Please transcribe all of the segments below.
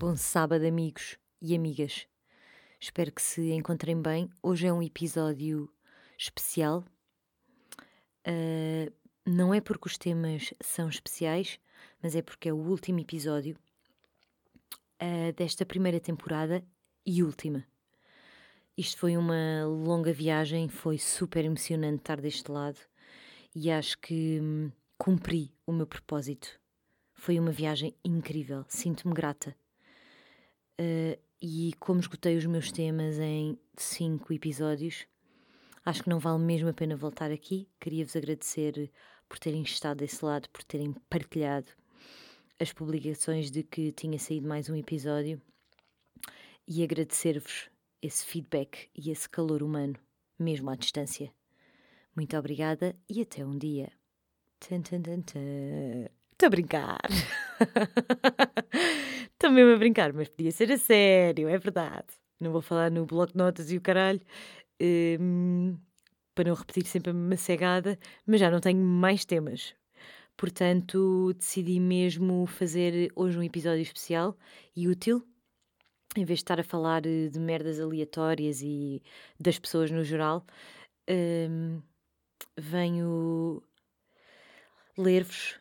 Bom sábado, amigos e amigas. Espero que se encontrem bem. Hoje é um episódio especial. Não é porque os temas são especiais, mas é porque é o último episódio desta primeira temporada e última. Isto foi uma longa viagem, foi super emocionante estar deste lado e acho que cumpri o meu propósito. Foi uma viagem incrível, sinto-me grata. E como esgotei os meus temas em 5 episódios, acho que não vale mesmo a pena voltar aqui. Queria-vos agradecer por terem estado desse lado, por terem partilhado as publicações de que tinha saído mais um episódio e agradecer-vos esse feedback e esse calor humano, mesmo à distância. Muito obrigada e até um dia. Estou a brincar. Estou mesmo a brincar, mas podia ser a sério, é verdade. Não vou falar no bloco de notas e o caralho, para não repetir sempre a mesma cegada, mas já não tenho mais temas. Portanto, decidi mesmo fazer hoje um episódio especial e útil. Em vez de estar a falar de merdas aleatórias e das pessoas no geral, venho ler-vos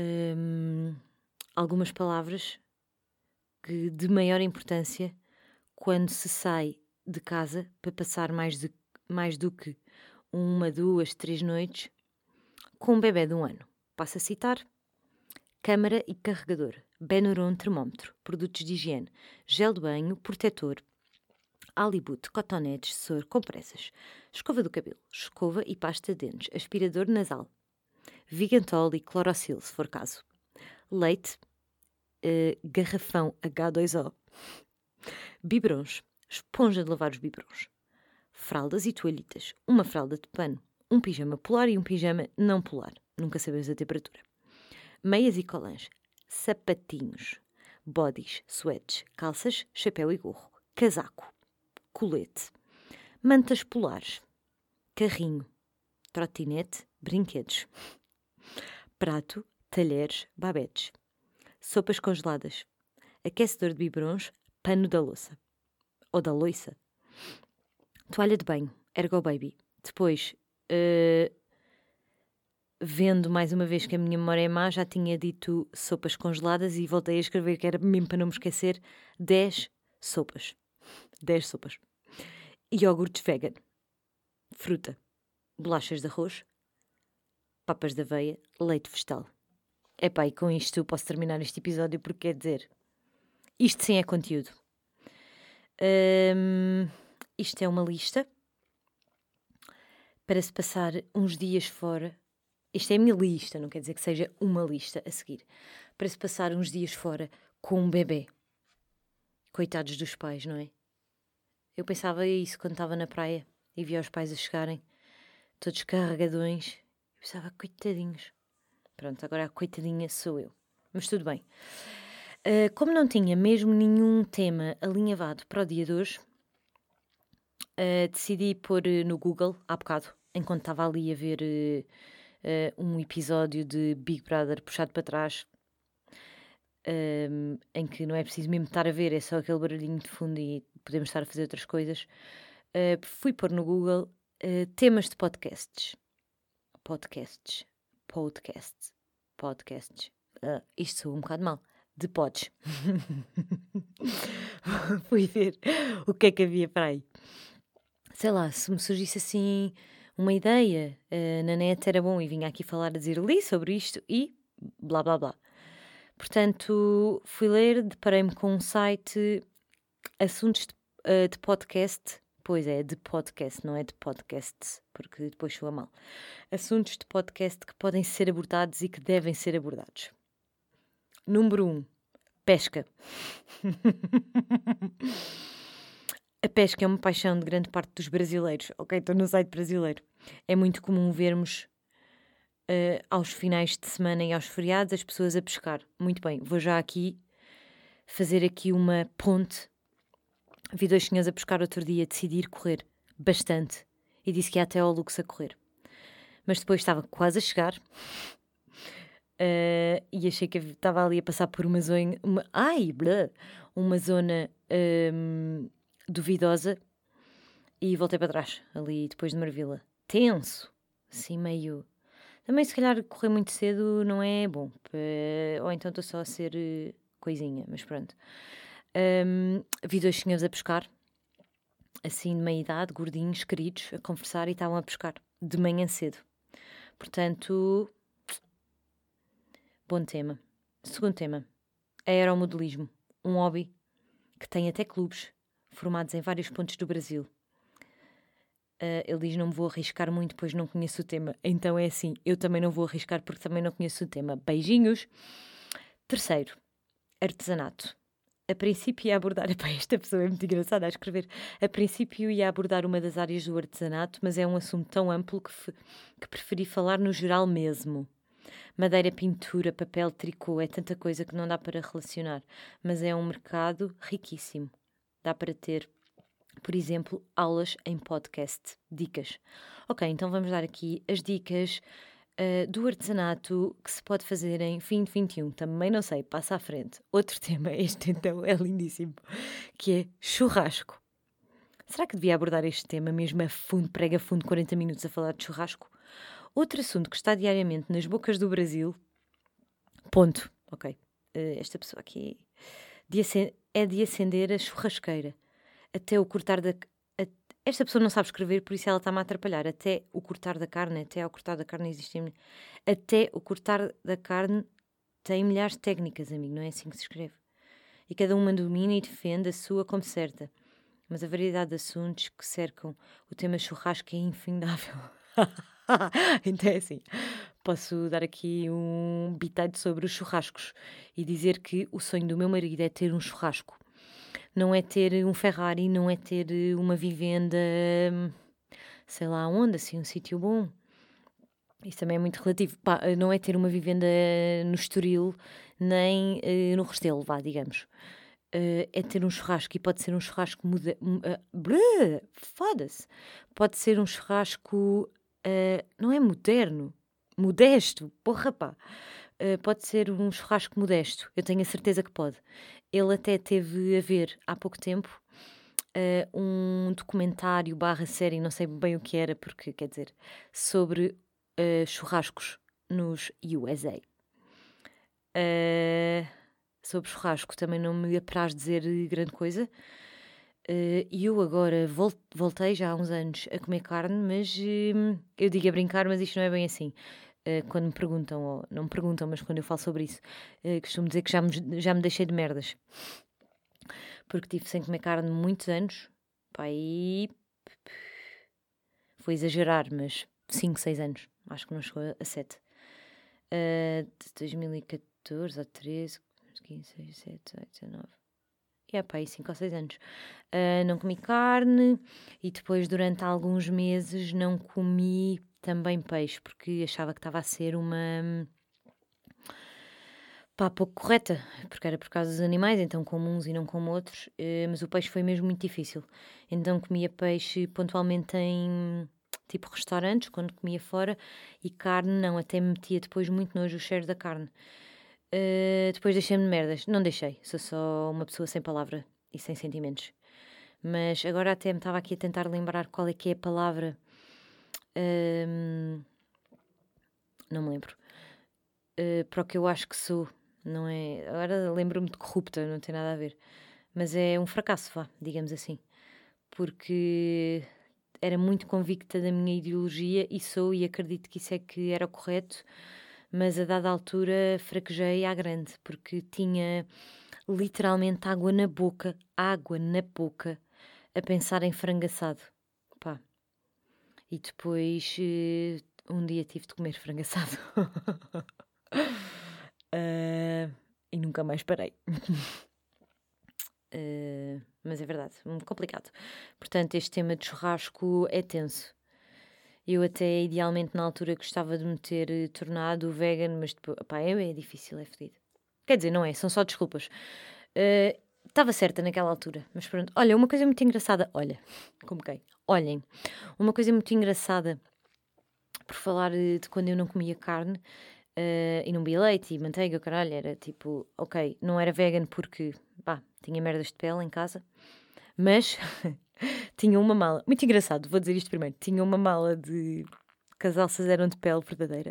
algumas palavras de maior importância quando se sai de casa para passar mais do que 1, 2, 3 noites com um bebê de 1 ano. Passo a citar: câmara e carregador, Benuron termómetro, produtos de higiene, gel de banho, protetor, Alibut, cotonetes, soro, compressas, escova do cabelo, escova e pasta de dentes, aspirador nasal, Vigantol e clorocil, se for caso, leite, garrafão H2O, biberons, esponja de lavar os biberons, fraldas e toalhitas, uma fralda de pano, um pijama polar e um pijama não polar, nunca sabemos a temperatura, meias e colãs, sapatinhos, bodies, sweats, calças, chapéu e gorro, casaco, colete, mantas polares, carrinho, trotinete, brinquedos, prato, talheres, babetes, sopas congeladas, aquecedor de biberons, pano da louça, ou da loiça, toalha de banho, Ergo Baby. Depois, vendo mais uma vez que a minha memória é má, já tinha dito sopas congeladas e voltei a escrever que era mesmo para não me esquecer, 10 sopas. 10 sopas. Iogurtes vegan, fruta, bolachas de arroz, papas de aveia, leite vegetal. Epá, e com isto posso terminar este episódio porque quer dizer, isto sim é conteúdo. Isto é uma lista para se passar uns dias fora. Isto é a minha lista, não quer dizer que seja uma lista a seguir. Para se passar uns dias fora com um bebê. Coitados dos pais, não é? Eu pensava isso quando estava na praia e via os pais a chegarem, todos carregadões. Eu pensava, coitadinhos. Pronto, agora a coitadinha sou eu. Mas tudo bem. Como não tinha mesmo nenhum tema alinhavado para o dia de hoje, decidi pôr no Google, há bocado, enquanto estava ali a ver um episódio de Big Brother puxado para trás, em que não é preciso mesmo estar a ver, é só aquele barulhinho de fundo e podemos estar a fazer outras coisas. Fui pôr no Google temas de podcasts. Isto soa um bocado mal. De pods. Fui ver o que é que havia para aí. Sei lá, se me surgisse assim uma ideia na net era bom e vinha aqui falar a dizer li sobre isto e blá blá blá. Portanto, fui ler, deparei-me com um site assuntos de podcast. Pois é, de podcast, não é de podcasts, porque depois soa mal. Assuntos de podcast que podem ser abordados e que devem ser abordados. Número 1. Pesca. A pesca é uma paixão de grande parte dos brasileiros. Ok, estou no site brasileiro. É muito comum vermos aos finais de semana e aos feriados as pessoas a pescar. Muito bem, vou já aqui fazer aqui uma ponte. Vi 2 senhores a pescar outro dia, decidi ir correr bastante e disse que ia até ao Lux a correr. Mas depois estava quase a chegar E achei que estava ali a passar por uma zona, uma zona duvidosa, e voltei para trás, ali depois de Marvila. Tenso, assim meio... Também se calhar correr muito cedo não é bom, ou então estou só a ser coisinha, mas pronto. Vi 2 senhores a pescar, assim de meia idade, gordinhos, queridos, a conversar, e estavam a pescar, de manhã cedo. Portanto, bom tema. Segundo tema, aeromodelismo, um hobby que tem até clubes formados em vários pontos do Brasil. Ele diz: não me vou arriscar muito, pois não conheço o tema. Então é assim, eu também não vou arriscar porque também não conheço o tema. Beijinhos. Terceiro, artesanato. A princípio ia abordar... Epá, esta pessoa é muito engraçada a escrever. A princípio ia abordar uma das áreas do artesanato, mas é um assunto tão amplo que preferi falar no geral mesmo. Madeira, pintura, papel, tricô, é tanta coisa que não dá para relacionar. Mas é um mercado riquíssimo. Dá para ter, por exemplo, aulas em podcast. Dicas. Ok, então vamos dar aqui as dicas do artesanato que se pode fazer em 2021. Também não sei, passa à frente. Outro tema, este então é lindíssimo, que é churrasco. Será que devia abordar este tema mesmo a fundo, prega fundo, 40 minutos a falar de churrasco? Outro assunto que está diariamente nas bocas do Brasil... Ponto. Ok. Esta pessoa aqui é de acender a churrasqueira. Até o cortar da... Esta pessoa não sabe escrever, por isso ela está-me a atrapalhar. Até o cortar da carne, até ao cortar da carne existem... Até o cortar da carne tem milhares de técnicas, amigo, não é assim que se escreve. E cada uma domina e defende a sua como certa. Mas a variedade de assuntos que cercam o tema churrasco é infindável. Então é assim, posso dar aqui um bitite sobre os churrascos e dizer que o sonho do meu marido é ter um churrasco. Não é ter um Ferrari, não é ter uma vivenda, sei lá onde, assim, um sítio bom. Isso também é muito relativo. Pá, não é ter uma vivenda no Estoril, nem no Restelo, vá, digamos. É ter um churrasco, e pode ser um churrasco foda-se. Pode ser um churrasco, não é moderno, modesto, porra pá. Pode ser um churrasco modesto, eu tenho a certeza que pode. Ele até teve a ver, há pouco tempo, um documentário / série, não sei bem o que era, porque, quer dizer, sobre churrascos nos USA. Sobre churrasco também não me apraz dizer grande coisa. E eu agora voltei já há uns anos a comer carne, mas eu digo a brincar, mas isto não é bem assim. Quando me perguntam, ou não me perguntam, mas quando eu falo sobre isso, costumo dizer que já me deixei de merdas. Porque tive sem comer carne muitos anos. Pá, e foi exagerar, mas 5, 6 anos. Acho que não chegou a 7. De 2014 a 13, 15, 16, 17, 18, 19. Pá, aí 5 ou 6 anos. Não comi carne e depois, durante alguns meses, não comi também peixe, porque achava que estava a ser uma... pá, pouco correta, porque era por causa dos animais, então como uns e não como outros, mas o peixe foi mesmo muito difícil. Então comia peixe pontualmente em, tipo, restaurantes, quando comia fora, e carne não, até me metia depois muito nojo o cheiro da carne. Depois deixei-me de merdas. Não deixei, sou só uma pessoa sem palavra e sem sentimentos. Mas agora até me estava aqui a tentar lembrar qual é que é a palavra. Não me lembro. Para o que eu acho que sou, não é? Agora lembro-me de corrupta, não tem nada a ver. Mas é um fracasso, vá, digamos assim. Porque era muito convicta da minha ideologia e sou, e acredito que isso é que era o correto. Mas a dada altura fraquejei à grande, porque tinha literalmente água na boca, a pensar em frango assado. Pá. E depois um dia tive de comer frango assado. E nunca mais parei. Mas é verdade, muito complicado. Portanto, este tema de churrasco é tenso. Eu até, idealmente, na altura, gostava de me ter tornado vegan, mas depois, pá, é difícil, é fedido. Quer dizer, não é, são só desculpas. Estava certa naquela altura, mas pronto. Olha, uma coisa muito engraçada, como quem? Olhem, uma coisa muito engraçada, por falar de quando eu não comia carne, e não bebia leite e manteiga, caralho, era tipo, ok, não era vegan porque, pá, tinha merdas de pele em casa, mas tinha uma mala, muito engraçado, vou dizer isto primeiro, tinha uma mala de que as alças eram de pele verdadeira,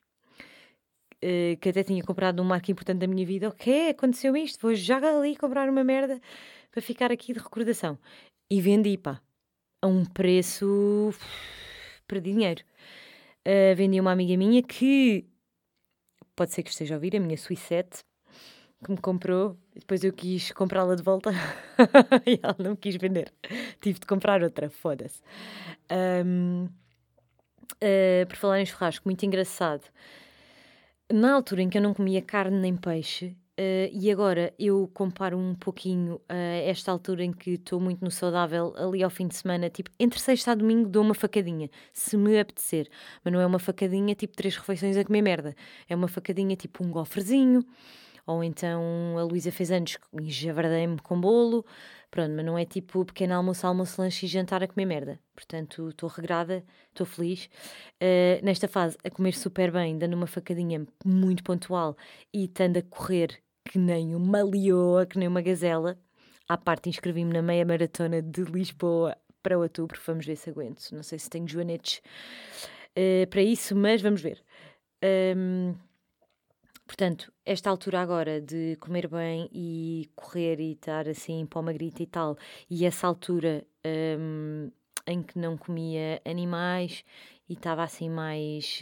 que até tinha comprado num marco importante da minha vida. Ok, aconteceu isto, vou já ali comprar uma merda para ficar aqui de recordação. E vendi, pá, a um preço... perdi dinheiro. Vendi a uma amiga minha que, pode ser que esteja a ouvir, a minha Suissette, que me comprou, depois eu quis comprá-la de volta e ela não me quis vender. Tive de comprar outra, foda-se. Por falar em churrasco, muito engraçado. Na altura em que eu não comia carne nem peixe, e agora eu comparo um pouquinho a esta altura em que estou muito no saudável, ali ao fim de semana, tipo, entre sexta a domingo dou uma facadinha, se me apetecer. Mas não é uma facadinha tipo 3 refeições a comer merda. É uma facadinha tipo um gofrezinho, ou então a Luísa fez anos e javardei-me com bolo. Pronto, mas não é tipo pequeno almoço, almoço, lanche e jantar a comer merda. Portanto, estou regrada, estou feliz. Nesta fase, a comer super bem, dando uma facadinha muito pontual e estando a correr que nem uma leoa, que nem uma gazela. À parte, inscrevi-me na meia maratona de Lisboa para outubro. Vamos ver se aguento. Não sei se tenho joanetes para isso, mas vamos ver. Portanto, esta altura agora de comer bem e correr e estar assim para uma grita e tal, e essa altura em que não comia animais e estava assim mais,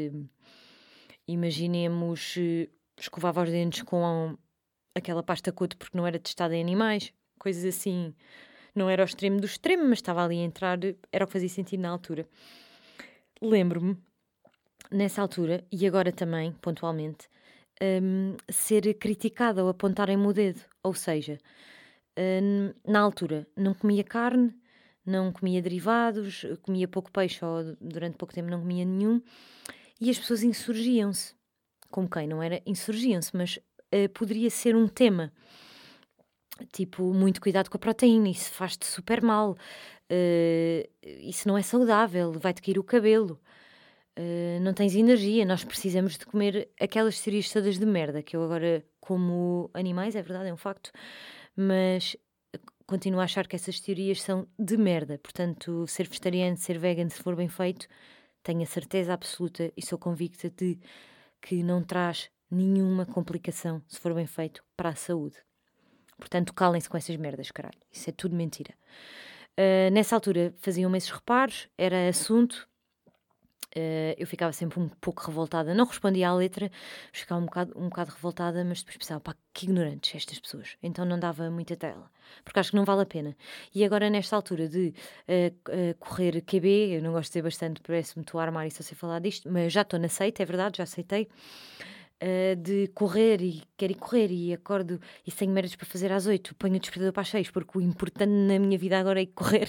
imaginemos, escovava os dentes com aquela pasta coto porque não era testada em animais, coisas assim, não era o extremo do extremo, mas estava ali a entrar, era o que fazia sentido na altura. Lembro-me, nessa altura, e agora também, pontualmente, ser criticada ou apontarem-me o dedo. Ou seja, na altura não comia carne, não comia derivados, comia pouco peixe ou durante pouco tempo não comia nenhum, e as pessoas insurgiam-se. Como quem não era, insurgiam-se, mas poderia ser um tema. Tipo, muito cuidado com a proteína, isso faz-te super mal, isso não é saudável, vai-te cair o cabelo. Não tens energia, nós precisamos de comer aquelas teorias todas de merda, que eu agora como animais, é verdade, é um facto, mas continuo a achar que essas teorias são de merda. Portanto, ser vegetariano, ser vegan, se for bem feito, tenho a certeza absoluta e sou convicta de que não traz nenhuma complicação, se for bem feito, para a saúde. Portanto, calem-se com essas merdas, caralho. Isso é tudo mentira. Nessa altura faziam-me esses reparos, era assunto. Eu ficava sempre um pouco revoltada, não respondia à letra, ficava um bocado revoltada, mas depois pensava, pá, que ignorantes estas pessoas, então não dava muita tela, porque acho que não vale a pena. E agora nesta altura de correr QB, eu não gosto de dizer bastante, parece-me estou a armar e só sei falar disto, mas já estou na seita, é verdade, já aceitei, de correr e quero ir correr e acordo e se tenho merdas para fazer às 8, ponho o despertador para as 6, porque o importante na minha vida agora é ir correr.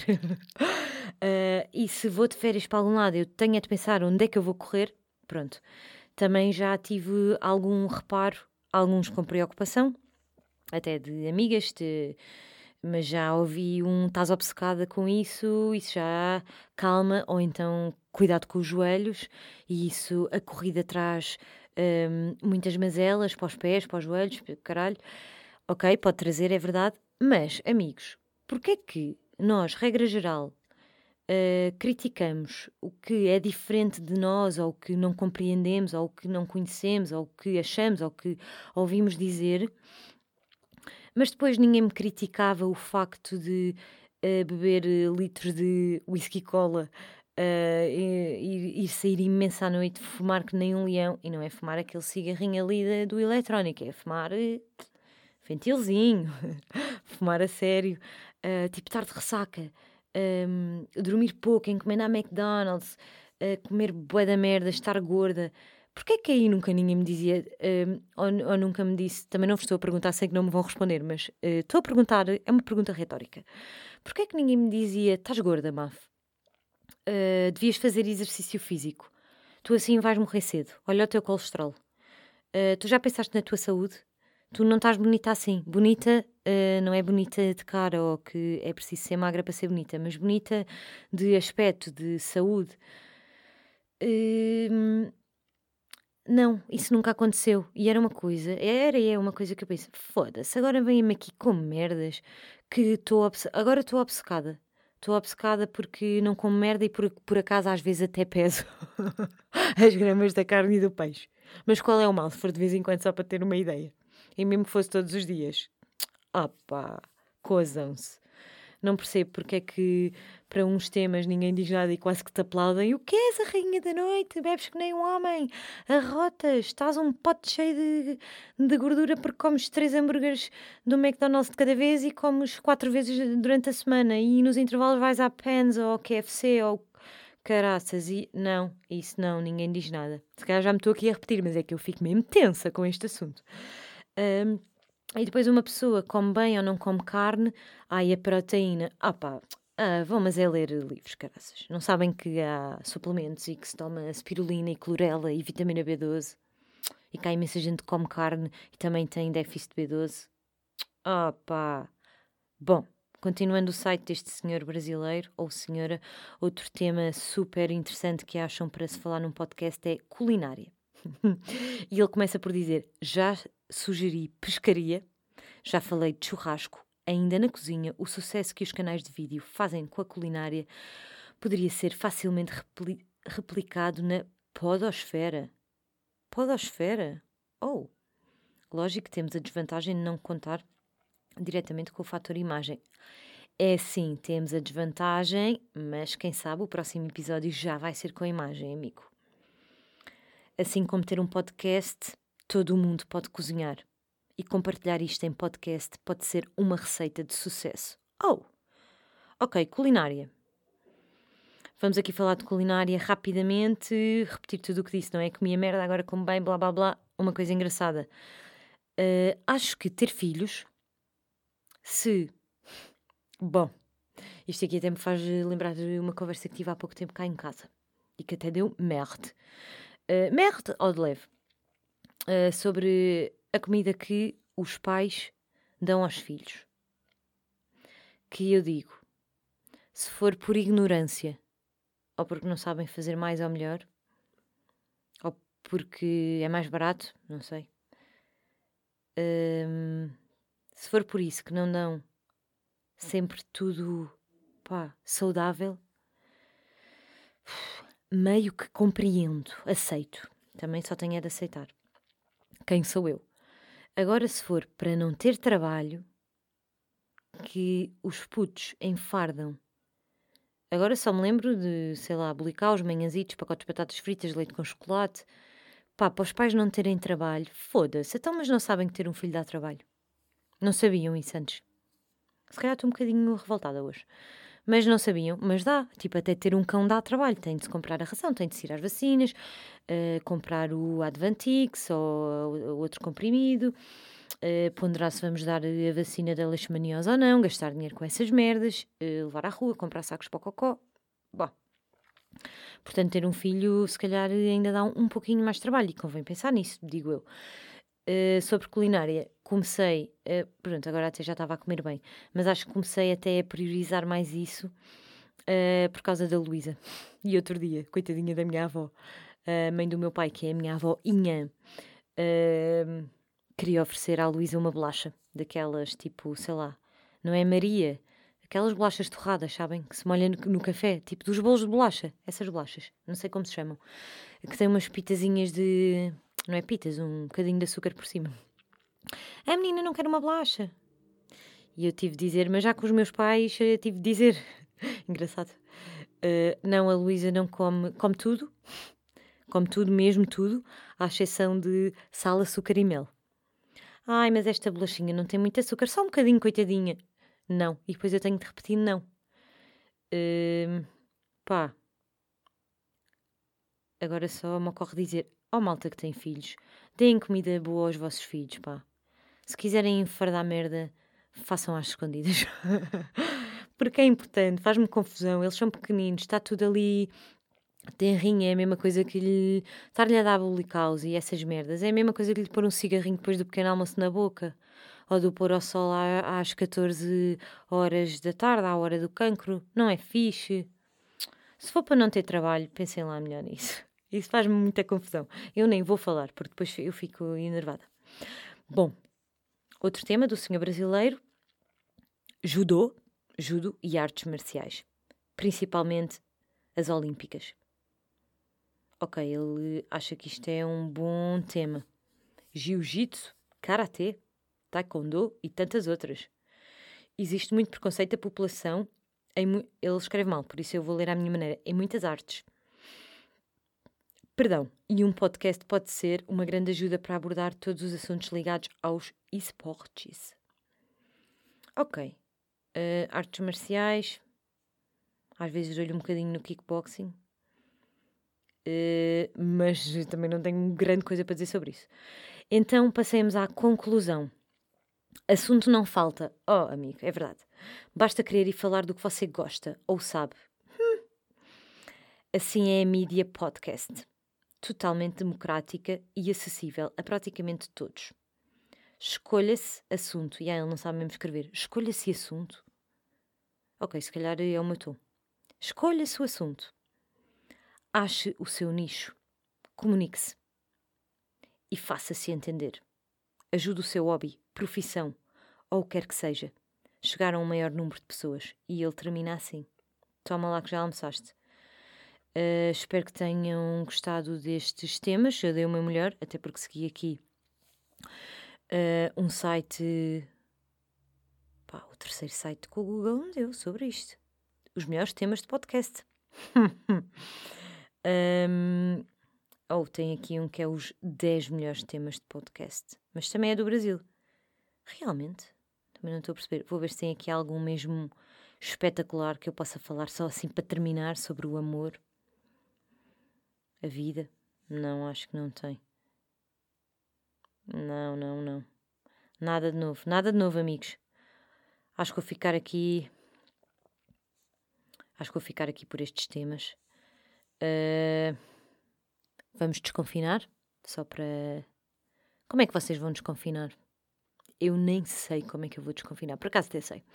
E se vou de férias para algum lado, eu tenho de pensar onde é que eu vou correr. Pronto. Também já tive algum reparo, alguns com preocupação, até de amigas, mas já ouvi estás obcecada com isso já calma, ou então cuidado com os joelhos, e isso a corrida traz muitas mazelas para os pés, para os joelhos, caralho. Ok, pode trazer, é verdade, mas, amigos, porquê é que nós, regra geral, criticamos o que é diferente de nós, ou o que não compreendemos, ou o que não conhecemos, ou o que achamos, ou o que ouvimos dizer, mas depois ninguém me criticava o facto de beber litros de whisky cola, ir sair imenso à noite, fumar que nem um leão, e não é fumar aquele cigarrinho ali do eletrónico, é fumar ventilzinho, fumar a sério, tipo estar de ressaca, dormir pouco, encomendar McDonald's, comer bué da merda, estar gorda. Porquê é que aí nunca ninguém me dizia, ou nunca me disse, também não vos estou a perguntar, sei que não me vão responder, mas estou a perguntar, é uma pergunta retórica. Porquê é que ninguém me dizia, estás gorda, Maf? Devias fazer exercício físico. Tu assim vais morrer cedo. Olha o teu colesterol. Tu já pensaste na tua saúde? Tu não estás bonita assim. Bonita não é bonita de cara ou que é preciso ser magra para ser bonita, mas bonita de aspecto, de saúde. Não, isso nunca aconteceu. E era uma coisa, era e é uma coisa que eu penso, foda-se, agora vem-me aqui com merdas que agora estou obcecada. Estou obcecada porque não como merda e por acaso às vezes até peso as gramas da carne e do peixe. Mas qual é o mal se for de vez em quando só para ter uma ideia? E mesmo que fosse todos os dias. Opá, cozam-se. Não percebo porque é que para uns temas ninguém diz nada e quase que te aplaudem. O que és a rainha da noite? Bebes que nem um homem. Arrotas, estás um pote cheio de gordura porque comes 3 hambúrgueres do McDonald's de cada vez e comes 4 vezes durante a semana. E nos intervalos vais à Pens ou ao KFC ou caraças. E não, isso não, ninguém diz nada. Se calhar já me estou aqui a repetir, mas é que eu fico mesmo tensa com este assunto. E depois uma pessoa come bem ou não come carne, ai, a proteína, vão mas é ler livros, caraças. Não sabem que há suplementos e que se toma spirulina e clorela e vitamina B12 e que há imensa gente que come carne e também tem déficit de B12. Bom, continuando o site deste senhor brasileiro ou senhora, outro tema super interessante que acham para se falar num podcast é culinária. E ele começa por dizer: já sugeri pescaria, já falei de churrasco, ainda na cozinha, o sucesso que os canais de vídeo fazem com a culinária poderia ser facilmente replicado na podosfera. Podosfera? Oh, lógico que temos a desvantagem de não contar diretamente com o fator imagem. É sim, temos a desvantagem, mas quem sabe o próximo episódio já vai ser com a imagem, amigo. Assim como ter um podcast, todo o mundo pode cozinhar. E compartilhar isto em podcast pode ser uma receita de sucesso. Ok, culinária. Vamos aqui falar de culinária rapidamente, repetir tudo o que disse, não é? Comia merda, agora como bem, blá blá blá. Uma coisa engraçada. Acho que ter filhos, Bom, isto aqui até me faz lembrar de uma conversa que tive há pouco tempo cá em casa. E que até deu merde. Merde ou de leve. Sobre a comida que os pais dão aos filhos. Que eu digo, se for por ignorância, ou porque não sabem fazer mais ou melhor, ou porque é mais barato, não sei. Se for por isso que não dão sempre tudo, saudável, meio que compreendo, aceito. Também só tenho é de aceitar. Quem sou eu? Agora, se for para não ter trabalho, que os putos enfardam. Agora só me lembro de, sei lá, bolicaus, manhãzitos, pacotes de batatas fritas, leite com chocolate. Para os pais não terem trabalho, foda-se. Então, mas não sabem que ter um filho dá trabalho. Não sabiam isso antes. Se calhar estou um bocadinho revoltada hoje. Mas não sabiam, mas dá. Tipo, até ter um cão dá trabalho. Tem de se comprar a ração, tem de se ir às vacinas, comprar o Advantix ou o outro comprimido, ponderar se vamos dar a vacina da leishmaniose ou não, gastar dinheiro com essas merdas, levar à rua, comprar sacos para o cocó. Bom, portanto, ter um filho se calhar ainda dá um pouquinho mais de trabalho e convém pensar nisso, digo eu. Sobre culinária, comecei, pronto, agora até já estava a comer bem, mas acho que comecei até a priorizar mais isso por causa da Luísa. E outro dia, coitadinha da minha avó, a mãe do meu pai, que é a minha avó Inhã, queria oferecer à Luísa uma bolacha, daquelas tipo, sei lá, não é Maria, aquelas bolachas torradas, sabem, que se molham no café, tipo dos bolos de bolacha, essas bolachas, não sei como se chamam, que têm umas pitazinhas de... Não é pitas, um bocadinho de açúcar por cima. A menina não quer uma bolacha. E eu tive de dizer, mas já com os meus pais, tive de dizer. Engraçado. Não, a Luísa não come tudo. Come tudo, mesmo tudo, à exceção de sal, açúcar e mel. Ai, mas esta bolachinha não tem muito açúcar, só um bocadinho, coitadinha. Não. E depois eu tenho de repetir não. Agora só me ocorre dizer, malta que tem filhos, deem comida boa aos vossos filhos, pá. Se quiserem enfardar merda, façam às escondidas. Porque é importante, faz-me confusão, eles são pequeninos, está tudo ali, tenrinha, é a mesma coisa que estar-lhe a dar bolicaus e essas merdas, é a mesma coisa que lhe pôr um cigarrinho depois do pequeno almoço na boca, ou do pôr ao sol às 14 horas da tarde, à hora do cancro, não é fixe. Se for para não ter trabalho, pensem lá melhor nisso. Isso faz-me muita confusão. Eu nem vou falar, porque depois eu fico enervada. Bom, outro tema do senhor brasileiro: judo e artes marciais. Principalmente as olímpicas. Ok, ele acha que isto é um bom tema. Jiu-jitsu, karatê, taekwondo e tantas outras. Existe muito preconceito da população. Ele escreve mal, por isso eu vou ler à minha maneira. Em muitas artes. Perdão, e um podcast pode ser uma grande ajuda para abordar todos os assuntos ligados aos esportes. Ok. Artes marciais. Às vezes dou-lhe um bocadinho no kickboxing. Mas também não tenho grande coisa para dizer sobre isso. Então passemos à conclusão. Assunto não falta. Oh, amigo, é verdade. Basta querer e falar do que você gosta ou sabe. Assim é a Mídia Podcast. Totalmente democrática e acessível a praticamente todos. Escolha-se assunto. E ele não sabe mesmo escrever. Escolha-se assunto. Ok, se calhar é o meu tom. Escolha-se o assunto. Ache o seu nicho. Comunique-se. E faça-se entender. Ajude o seu hobby, profissão, ou o que quer que seja, chegar a um maior número de pessoas. E ele termina assim. Toma lá que já almoçaste. Espero que tenham gostado destes temas. Eu dei o meu melhor, até porque segui aqui um site... o terceiro site que o Google me deu sobre isto. Os melhores temas de podcast. Tem aqui um que é os 10 melhores temas de podcast. Mas também é do Brasil. Realmente? Também não estou a perceber. Vou ver se tem aqui algum mesmo espetacular que eu possa falar só assim para terminar sobre o amor. A vida. Não, acho que não tem. Não. Nada de novo, amigos. Acho que vou ficar aqui por estes temas. Vamos desconfinar? Só para... Como é que vocês vão desconfinar? Eu nem sei como é que eu vou desconfinar. Por acaso até sei.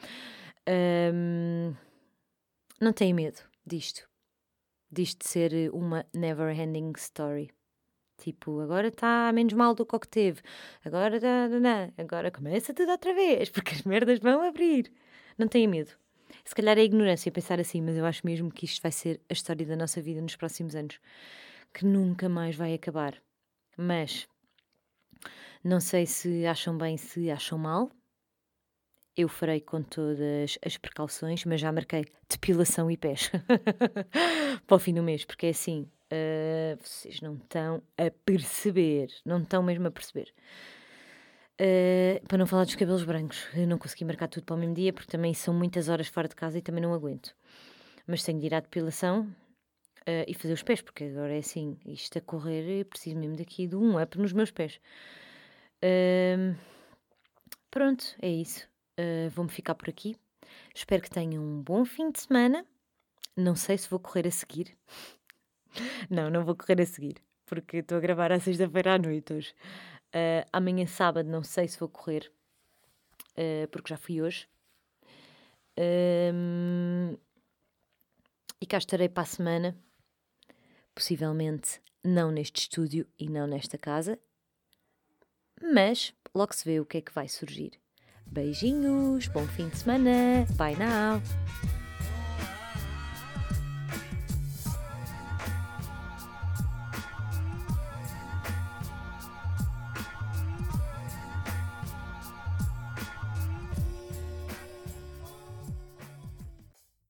Não tenho medo disto de ser uma never ending story. Tipo, agora está menos mal do que o que teve. Agora começa tudo outra vez, porque as merdas vão abrir. Não tenho medo. Se calhar é ignorância pensar assim, mas eu acho mesmo que isto vai ser a história da nossa vida nos próximos anos. Que nunca mais vai acabar. Mas não sei se acham bem, se acham mal. Eu farei com todas as precauções, mas já marquei depilação e pés para o fim do mês, porque é assim, vocês não estão a perceber, não estão mesmo a perceber. Para não falar dos cabelos brancos, eu não consegui marcar tudo para o mesmo dia, porque também são muitas horas fora de casa e também não aguento. Mas tenho de ir à depilação e fazer os pés, porque agora é assim, isto a correr, eu preciso mesmo daqui de um up nos meus pés. Pronto, é isso. Vou-me ficar por aqui. Espero que tenham um bom fim de semana. Não sei se vou correr a seguir. Não vou correr a seguir, porque estou a gravar à sexta-feira à noite hoje. Amanhã sábado não sei se vou correr, porque já fui hoje. E cá estarei para a semana, possivelmente não neste estúdio e não nesta casa, mas logo se vê o que é que vai surgir. Beijinhos, bom fim de semana, bye now!